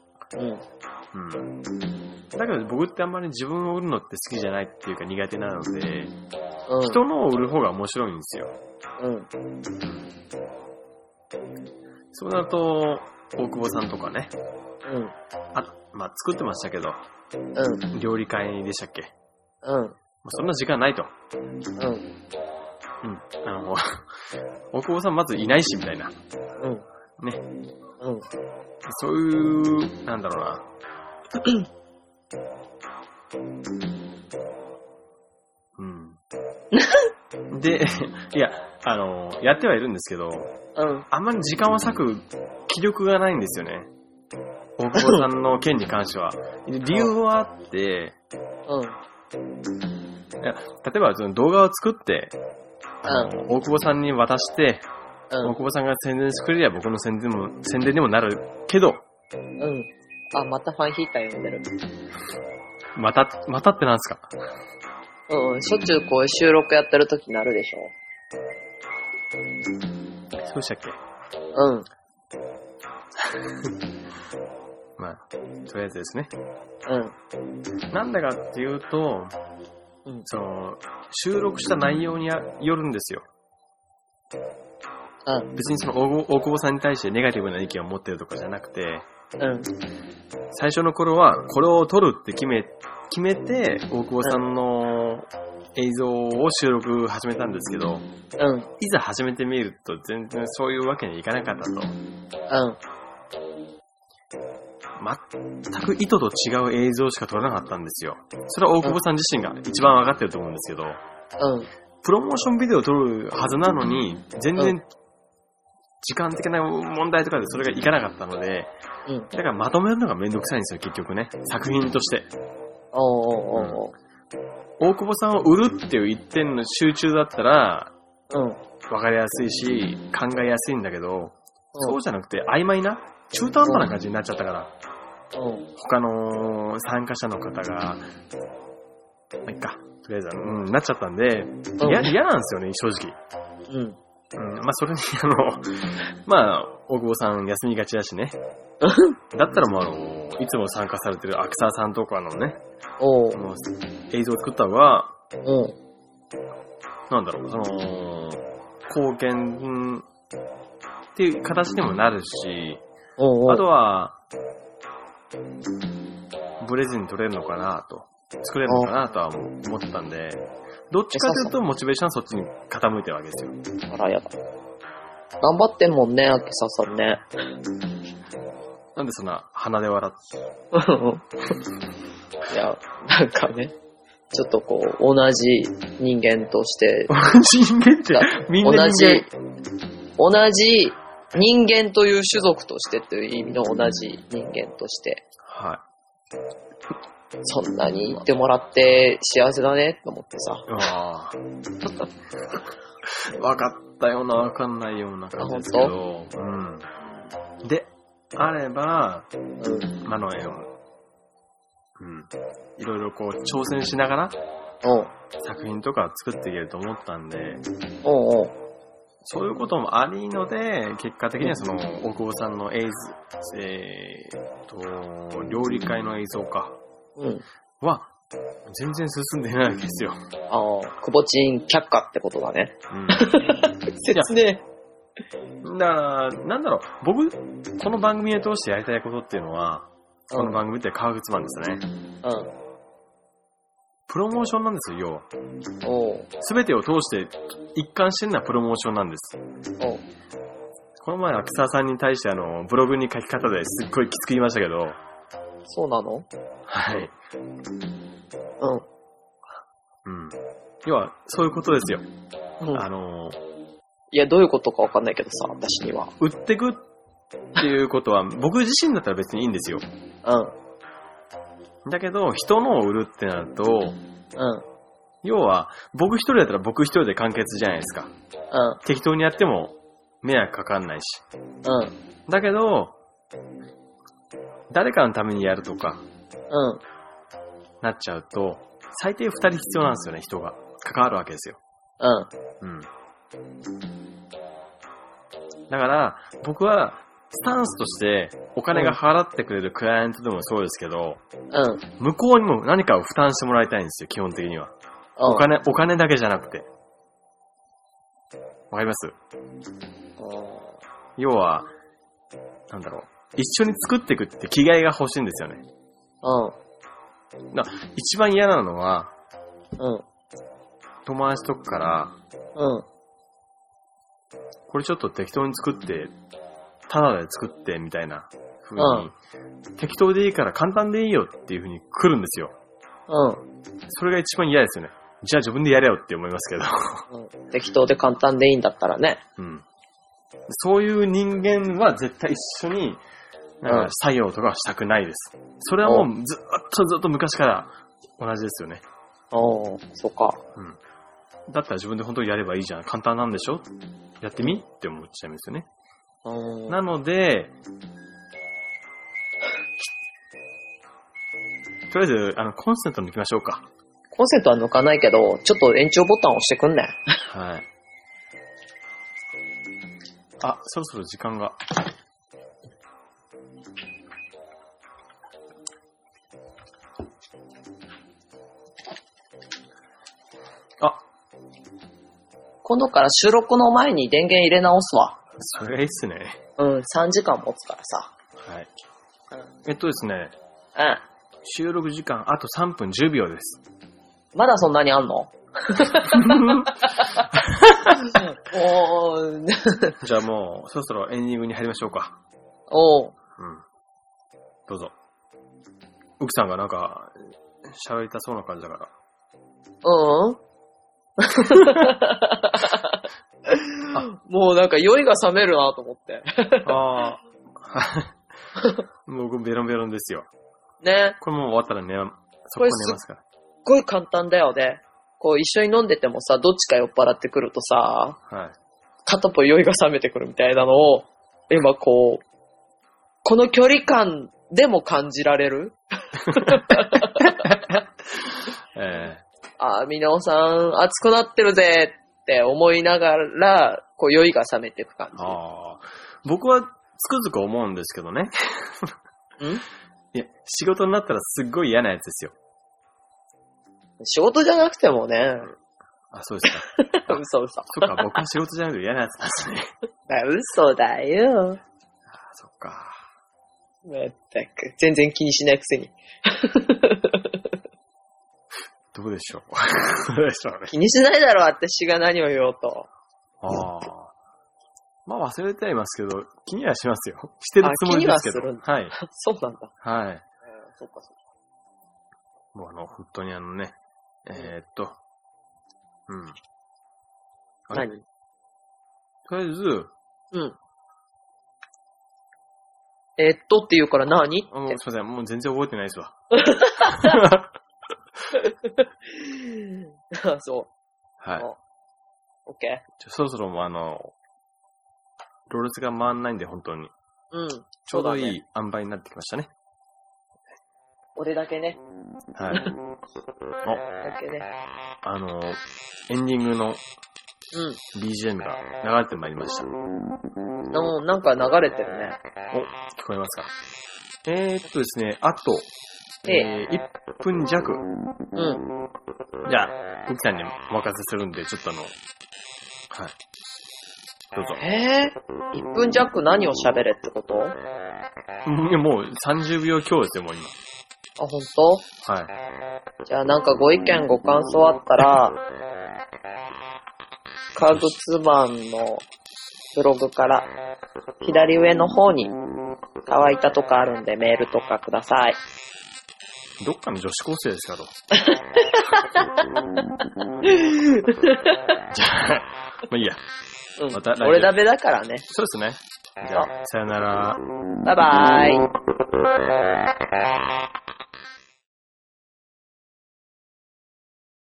[SPEAKER 4] だけど僕ってあんまり自分を売るのって好きじゃないっていうか苦手なので、人のを売る方が面白いんですよ。そうなると、大久保さんとかね。まあ作ってましたけど、料理会でしたっけ？そんな時間ないと。大久保さんまずいないし、みたいな。ね。そういう、なんだろうな。で、いや、やってはいるんですけど、あんまり時間を割く気力がないんですよね。大久保さんの件に関しては。理由はあって、いや例えばその動画を作って、大久保さんに渡して、大久保さんが宣伝してくれれば僕の宣伝にもなるけど、
[SPEAKER 3] あ、またファンヒーター呼んでる。
[SPEAKER 4] またってなんすか？
[SPEAKER 3] しょっちゅうこう収録やってる時になるでしょ。
[SPEAKER 4] そうしたっけ？まあ、とりあえずですね。なんだかっていうと、その、収録した内容によるんですよ。別にその大久保さんに対してネガティブな意見を持ってるとかじゃなくて、最初の頃はこれを撮るって決めて大久保さんの映像を収録始めたんですけど、いざ始めてみると全然そういうわけにいかなかったと。全く意図と違う映像しか撮らなかったんですよ。それは大久保さん自身が一番分かってると思うんですけど、プロモーションビデオを撮るはずなのに全然時間的な問題とかでそれがいかなかったので、だからまとめるのがめんどくさいんですよ、結局ね。作品として。大久保さんを売るっていう一点の集中だったら、わかりやすいし、考えやすいんだけど、そうじゃなくて曖昧な、中途半端な感じになっちゃったから、他の参加者の方が、まあ、いっか、とりあえずなっちゃったんで、嫌なんですよね、正直。まあ、それに、まあ、大久保さん休みがちだしね。だったらもう、いつも参加されてるアクサーさんとかのね、映像を作った方が、なんだろう、貢献っていう形にもなるし、あとは、ブレずに撮れるのかなと、作れるのかなとは思ってたんで、どっちかというとモチベーションはそっちに傾いてるわけですよ。
[SPEAKER 3] あら、やだ。頑張ってんもんね、アキサさんね。
[SPEAKER 4] なんでそんな鼻で笑って
[SPEAKER 3] いや、なんかね、ちょっとこう、同じ人間として。
[SPEAKER 4] 同じ人間ってみんな人間。
[SPEAKER 3] 同じ人間という種族としてという意味の同じ人間として。
[SPEAKER 4] はい。
[SPEAKER 3] そんなに言ってもらって幸せだねって思ってさ。
[SPEAKER 4] わかったようなわかんないような感じですけど。で、あれば、いろいろこう挑戦しながら作品とか作っていけると思ったんで、そういうこともありので、結果的にはその大久保さんの料理会の映像か。は、全然進んでないわけですよ。
[SPEAKER 3] くぼちん却下ってことだね。説明。
[SPEAKER 4] だから、なんだろう、僕、この番組を通してやりたいことっていうのは、この番組って革靴マンですね。プロモーションなんですよ、要は。すべてを通して一貫してるのはプロモーションなんです。この前、アクサーさんに対してブログに書き方ですっごいきつく言いましたけど。
[SPEAKER 3] そうなの？
[SPEAKER 4] はい。要は、そういうことですよ。
[SPEAKER 3] いや、どういうことかわかんないけどさ、私には。
[SPEAKER 4] 売ってくっていうことは、僕自身だったら別にいいんですよ。だけど、人のを売るってなると、要は、僕一人だったら僕一人で完結じゃないですか。適当にやっても迷惑かかんないし。だけど、誰かのためにやるとか、なっちゃうと、最低2人必要なんですよね、人が。関わるわけですよ。 だから、僕は、スタンスとして、お金が払ってくれるクライアントでもそうですけど、向こうにも何かを負担してもらいたいんですよ、基本的には。お金だけじゃなくて。わかります？要は、なんだろう。一緒に作っていくって気概が欲しいんですよね。一番嫌なのは、友達とかから、これちょっと適当に作って、タダで作ってみたいな風に、適当でいいから簡単でいいよっていう風に来るんですよ。それが一番嫌ですよね。じゃあ自分でやれよって思いますけど。
[SPEAKER 3] 適当で簡単でいいんだったらね。
[SPEAKER 4] そういう人間は絶対一緒に、作業とかはしたくないです。それはもうずっと昔から同じですよね。
[SPEAKER 3] そっか。
[SPEAKER 4] だったら自分で本当にやればいいじゃん。簡単なんでしょ？やってみって思っちゃうんですよね。なので、とりあえず、コンセント抜きましょうか。
[SPEAKER 3] コンセントは抜かないけど、ちょっと延長ボタン押してくんね。
[SPEAKER 4] はい。そろそろ時間が。
[SPEAKER 3] 今度から収録の前に電源入れ直すわ。
[SPEAKER 4] それがいいっすね。
[SPEAKER 3] 3時間持つからさ。
[SPEAKER 4] はい。ですね。収録時間あと3分10秒です。
[SPEAKER 3] まだそんなにあんの？
[SPEAKER 4] じゃあもう、そろそろエンディングに入りましょうか。どうぞ。ウキさんがなんか、喋りたそうな感じだから。
[SPEAKER 3] もうなんか酔いが冷めるなと思って。
[SPEAKER 4] 僕ベロンベロンですよ。
[SPEAKER 3] ね。
[SPEAKER 4] これもう終わったらそこ寝ますから。
[SPEAKER 3] すっごい簡単だよね。こう一緒に飲んでてもさ、どっちか酔っ払ってくるとさ、片っぽ酔いが冷めてくるみたいなのを、今この距離感でも感じられる。みなおさん熱くなってるぜって思いながら、酔いが冷めていく感じ。
[SPEAKER 4] 僕はつくづく思うんですけどね。いや、仕事になったらすっごい嫌なやつですよ。
[SPEAKER 3] 仕事じゃなくてもね。
[SPEAKER 4] そうですか。
[SPEAKER 3] 嘘。
[SPEAKER 4] そっか、僕は仕事じゃなくて嫌なやつですね。
[SPEAKER 3] 嘘だよ。
[SPEAKER 4] そっか。
[SPEAKER 3] まったく、全然気にしないくせに。
[SPEAKER 4] どうでしょう。
[SPEAKER 3] 気にしないだろ、私が何を言おうと。
[SPEAKER 4] まあ忘れてはいますけど、気にはしますよ。してるつもりですけど。
[SPEAKER 3] 気にはする。はい。そうなんだ。
[SPEAKER 4] はい。
[SPEAKER 3] そっか。
[SPEAKER 4] もう本当にね、
[SPEAKER 3] 何？
[SPEAKER 4] とりあえず、
[SPEAKER 3] って言うから何？
[SPEAKER 4] すいません、もう全然覚えてないですわ。
[SPEAKER 3] そう。
[SPEAKER 4] はい。
[SPEAKER 3] オッケ
[SPEAKER 4] ー。そろそろもロールスが回んないんで、本当に。ちょうどいい塩梅になってきましたね。
[SPEAKER 3] 俺だけね。
[SPEAKER 4] はい。
[SPEAKER 3] だけね。
[SPEAKER 4] エンディングの BGM が流れてまいりました。
[SPEAKER 3] なんか流れてるね。
[SPEAKER 4] 聞こえますか？ですね、あと、1分弱。じゃあ、ウキさんにお任せするんで、ちょっとはい。どうぞ。
[SPEAKER 3] 1分弱何を喋れってこと？
[SPEAKER 4] もう30秒強ですよ、もう今。
[SPEAKER 3] 本当？
[SPEAKER 4] はい。
[SPEAKER 3] じゃあなんかご意見ご感想あったら、カグツマンのブログから左上の方に乾いたとかあるんでメールとかください。
[SPEAKER 4] どっかの女子高生ですかと。じゃあ、まあいいや。また
[SPEAKER 3] 俺ダメだからね。
[SPEAKER 4] そうですね。じゃあ、さよなら。
[SPEAKER 3] バイバーイ。